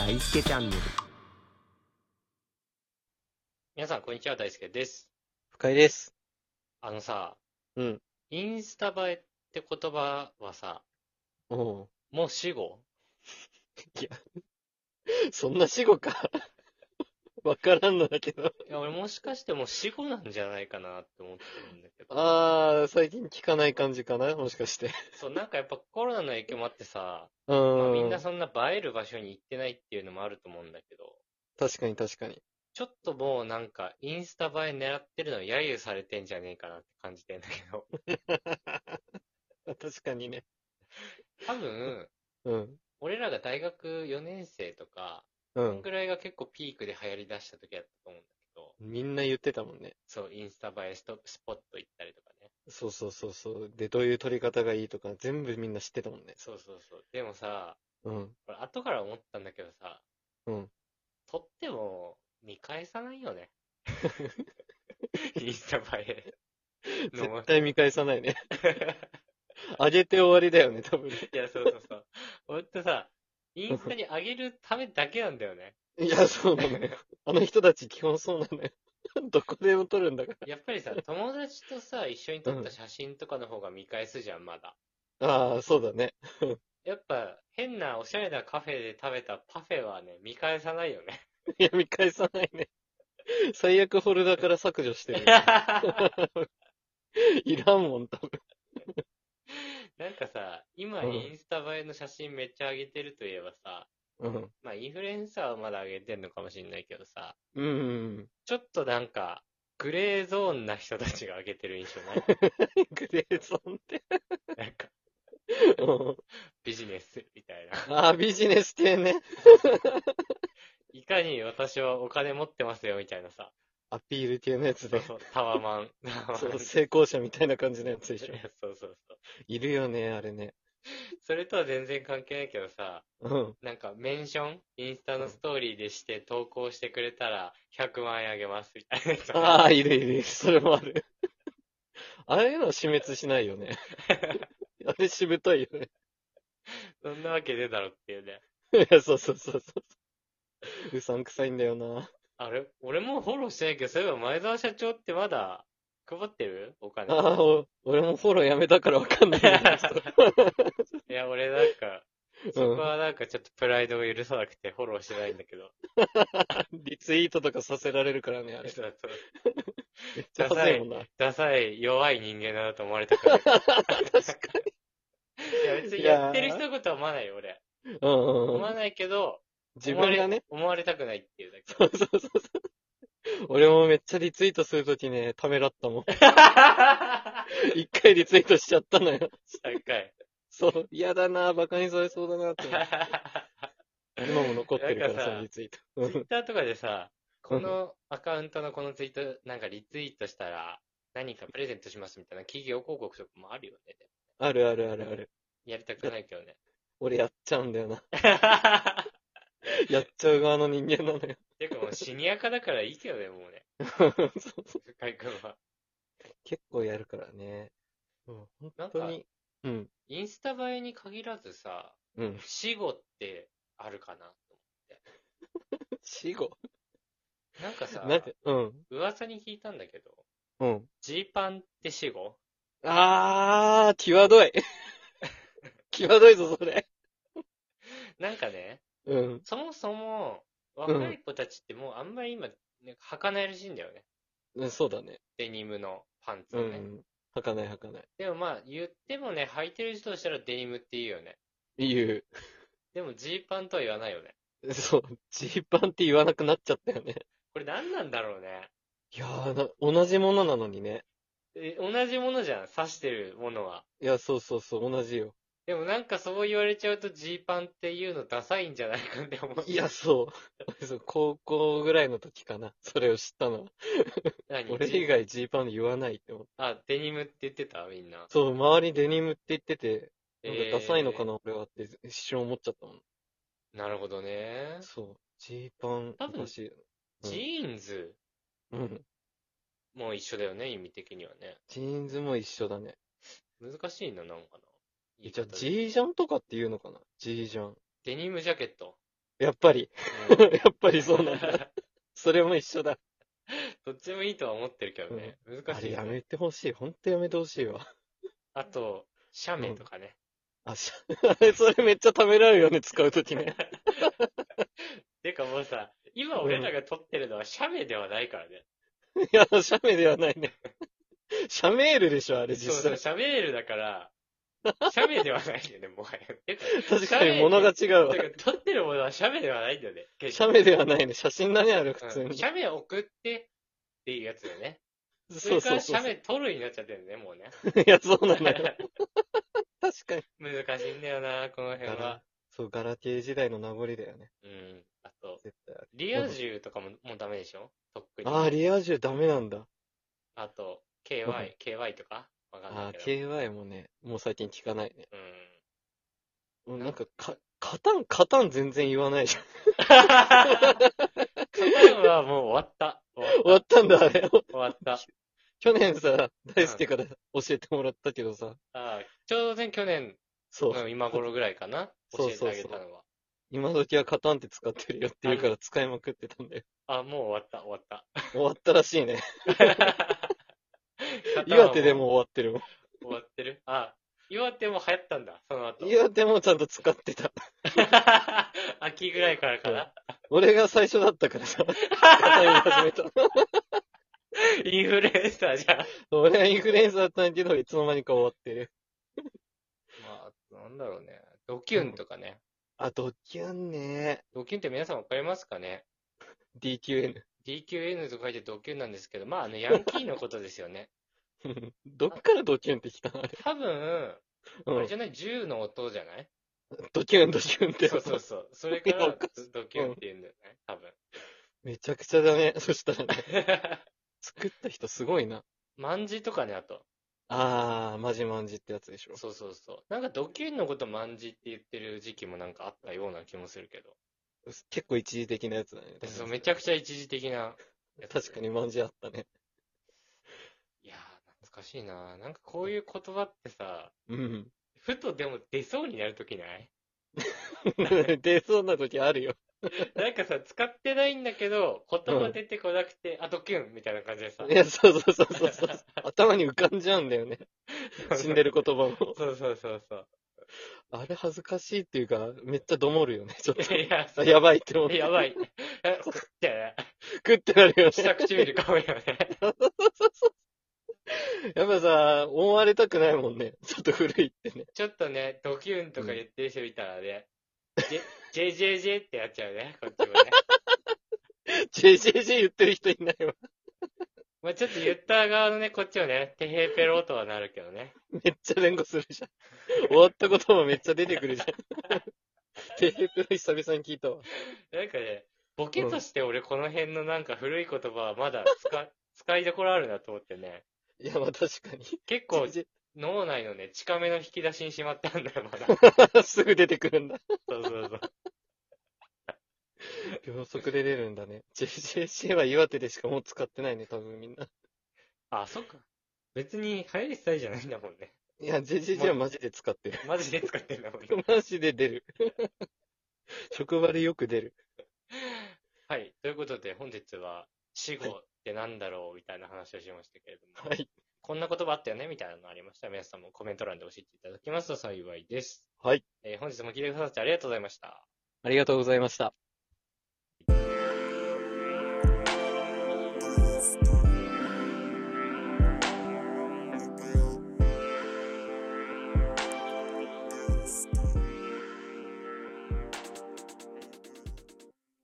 大輔チャンネル。 皆さん、こんにちは。大輔です。 深井です。 あのさ、 うん。 インスタ映えって言葉はさ、 おう。 もう死語？ いや、そんな死後か。わからんのだけど。 いや、俺もしかしてもう死語なんじゃないかなって思ってるんだけど。 最近聞かない感じかなもしかして。 そう、なんかやっぱコロナの影響もあってさ、 うまあみんーん。 なそんな映える場所に行ってないっていうのもあると思うんだけど、 確かに確かに。 ちょっともうなんかインスタ映え狙ってるの揶揄されてんじゃねえかなって感じてんだけど、 確かにね。 多分、 うん。 俺らが大学4年生とか、こんうん。 ぐらいが結構ピークで流行り出した時だったと思うんだけど、 みんな言ってたもんね。 そう、インスタ映えスポット行ったりとかね。 そうそうそうそう。で、どういう撮り方がいいとか、全部みんな知ってたもんね。 そうそうそう。でもさ、 うん。 これ後から思ったんだけどさ、 うん。 撮っても見返さないよね。インスタ映えのも。 絶対見返さないね。上げて終わりだよね、多分ね。 いや、そうそうそう。ほんとさ、インスタに上げるためだけなんだよね。 いや、そうなのよ。あの人たち基本そうなのよ。どこでも撮るんだから。 やっぱりさ、友達とさ、一緒に撮った写真とかの方が見返すじゃん、まだ。 ああ、そうだね。 やっぱ、変なおしゃれなカフェで食べたパフェはね、見返さないよね。 いや、見返さないね。最悪フォルダから削除してるよ。いらんもん、多分。 なんかさ、今うんインスタ映えの写真めっちゃ上げてるといえばさ、 うん。 まあインフルエンサーはまだ上げてんのかもしんないけどさ、 うん。 ちょっとなんか、グレーゾーンな人たちが上げてる印象ない？ グレーゾーンって。 なんか、 うんビジネスみたいな。 ああ、ビジネス系ね。 いかに私はお金持ってますよみたいなさ。 アピール系のやつで。 そうそう、タワマン。タワマン。 そう、成功者みたいな感じのやつでしょ。 いやそうそうそう。 いるよね、あれね。 それとは全然関係ないけどさ、 うん。 なんかメンションインスタのストーリーでして投稿してくれたら100万円あげますみたいなやつ。 ああ、いるいる。それもある。ああいうのは死滅しないよね。あれしぶといよね。 そんなわけねえだろっていうね。 いや、そうそうそうそう。うさんくさいんだよな。 あれ俺もフォローしてないけど、そういえば前澤社長ってまだ配ってるお金。 ああ、俺もフォローやめたからわかんないんだけどさ。 いや、俺なんか、そこうん。 はなんかちょっとプライドが許さなくてフォローしてないんだけど。 リツイートとかさせられるからね、あれ。 そうそう。 めっちゃダサい、 恥ずいもんな。 ダサい、弱い人間だなと思われたくない。 確かいや、別に。 にやってる人のことは思わないよ、俺。 うんうんうん。 思わないけど、 自分がね。 思われたくないっていうだけ。 そうそうそうそう。俺もめっちゃリツイートするときね、ためらったもん。一回リツイートしちゃったのよ。 高い。 そう、嫌だな、バカにされそうだなって思って。今も残ってるから、 なんかさそのリツイート。うツイッんターとかでさ、このアカウントのこのツイート、なんかリツイートしたら何かプレゼントしますみたいな企業広告とかもあるよね。 あるあるあるある。 やりたくないけどね。 俺やっちゃうんだよな。やっちゃう側の人間なのよ。 てかもうシニア化だからいいけどね、もうね。 そうそう深井君は。 結構やるからね。うん、本なんか、 当に。うん、 インスタ映えに限らずさ、 うん。 死語ってあるかなと思って。 死後なんかさ、 なんて、うん、 噂に聞いたんだけど、 うん。 ジーパンって死語？ 際どい。際どいぞ、それ。 なんかね、 うん、 そもそも、 うん。 若い子たちってもうあんまり今、ね、履かないらしいんだよね。 うんそうだね。 デニムのパンツをね。 うん。履かない履かない。 でもまあ、言ってもね、履いてる人としたらデニムって言うよね。 言でもジーパンとは言わないよね。 う。そう、ジーパンって言わなくなっちゃったよね。 これ何なんだろうね。 いや同じものなのにね。 同じものじゃん、指してるものは。 いや、そうそうそう、同じよ。 でもなんかそう言われちゃうとジーパンっていうのダサいんじゃないかって思う。 いや、そう。そう高校ぐらいの時かな。それを知ったのは。俺以外ジーパン言わないって思って。 あ、デニムって言ってたみんな。 そう、周りデニムって言ってて、なんかダサいのかえな、俺はって一瞬思っちゃったもん。 なるほどね。 そう、ジーパン多分、 おかしいよジね。 ーンズうん。うん。 も一緒だよね、意味的にはね。 ジーンズも一緒だね。 難しいな、なんかな。言いじゃあ、 方で。 ジージャンとかって言うのかなジージャン。 デニムジャケット。 やっぱり。 うんやっぱりそうなんだ。それも一緒だ。 どっちもいいとは思ってるけどね。難あしいね。 れやめてほしい。ほんとやめてほしいわ。 あと、写うん。 メとかね。 あ、それめっちゃためらうよね、使うときね。 てかもうさ、今うん。 俺らが撮ってるのは写メではないからね。 いや、写メではないね。写メールでしょ、あれそうそう、 実際。 写メールだから、写メではないんだよね、もはや。てか、 確かに物が写メ、 違うわ。 てか、撮ってるものは写メではないんだよね、結局。 写メではないね。写真だね、あれ普うん。 通に。 写メ送ってっていうやつだよね。そそうれからそうそうそ写メ撮るになっちゃってるね、もうね。 う。いや、そうなのよ。確かに。 難しいんだよな、この辺は。 そう、ガラケー時代の名残だよね。 うん。あと、 絶対ある。 リア充とかもうダメでしょ、とっくにああ、 もう。 リア充ダメなんだ。 あと、 うん。 KY とかわかんないああ、 けど。 KY もね、もう最近聞かないね。 うん。 うん、 なんか、 カタン全然言わないじゃん。 カタンはもう終わった。終わっ終わった。 たんだ、あれ。 終わった。 去年さ、 うん。 大輔から教えてもらったけどさ、 ああ、ちょうどね、去年そう、 の今頃ぐらいかな、教そうえてあそうそう。 げたのは。 今時はカタンって使ってるよって言うかあ、 ら使いまくってたんだよ。 もう終わった、終わった。 終わったらしいね。 カタン岩手でもはも終わってるもん。 う終わってる。岩手も流行ったんだ、その後。 岩手もちゃんと使ってた。 秋ぐらいからかそう。 な。 俺が最初だったからさ、カタン言い始めた。 インフルエンサーじゃん。 俺はインフルエンサーだったんだけど、いつの間にか終わってる。 まあ、なんだろうね。ドキュンうん。 とかね。 あ、ドキュンね。 ドキュンって皆さんわかりますかね？ DQN。 DQN と書いてドキュンなんですけど、まあヤンキーのことですよね。 どっあ、 からドキュンってきたのあれ。 多分、 うん。 あれじゃない、銃の音じゃない？ ドキュンってそうそうこと。 そう。それいや、おからかしい。 ドキュンってうん。 言うんだよね、多分。 めちゃくちゃだね。そしたらね。作った人すごいな。 万字とかね、あと。 あー、マジマンジってやつでしょ。 そうそうそう。なんかドキュンのこと万字って言ってる時期もなんかあったような気もするけど。 結構一時的なやつだね。多そう、 分それ。 めちゃくちゃ一時的なやつ確かで。 にマンジあったね。 いやー、懐かしいな。なんかこういう言葉ってさ、 うん。 ふとでも出そうになるときない？ 出そうな時あるよ。 なんかさ、使ってないんだけど、言葉うん。 出てこなくて、ドキュンみたいな感じでさ。 いや、そうそうそうそうそう。頭に浮かんじゃうんだよね。死んでる言葉も。 そうそうそうそう。 あれ恥ずかしいっていうか、めっちゃどもるよね、ちょっと。 いや、 あ、 そう。 やばいって思って。 やばい。ってグってなるよね。 下唇噛むよね。 やっぱさ、思われたくないもんね。ちょっと古いってね。 ちょっとね、ドキュンとかうん。 言ってる人いたらね、JJJ ってやっちゃうね、こっちもね。 JJJ 言ってる人いないわ。 まあちょっと言った側のね、こっちはね、てへぺろとはなるけどね。 めっちゃ連呼するじゃん。終わったこともめっちゃ出てくるじゃん。テープ久々に聞いたわ。 なんかね、ボケうん。 として俺この辺のなんか古い言葉はまだ使いどころあるなと思ってね。 いや、まあ確かに。 結構脳内のね、近めの引き出しにしまってあんだよ、まだ。 すぐ出てくるんだ。 そうそうそう。 秒速で出るんだね。JJC は岩手でしかもう使ってないね、多分みんな。 そっか。別に流行り廃りじゃないんだもんね。 いや、JJC はマジで使ってる。 マジで使ってんだもんね。 マジで出る。職場でよく出る。 はい。ということで、本日は死はい。 後ってなんだろうみたいな話をしましたけれども、 はい。 こんな言葉あったよねみたいなのありましたら、皆さんもコメント欄で教えていただきますと幸いです。 はい。 本日も聞いてくださってありがとうございました。 ありがとうございました。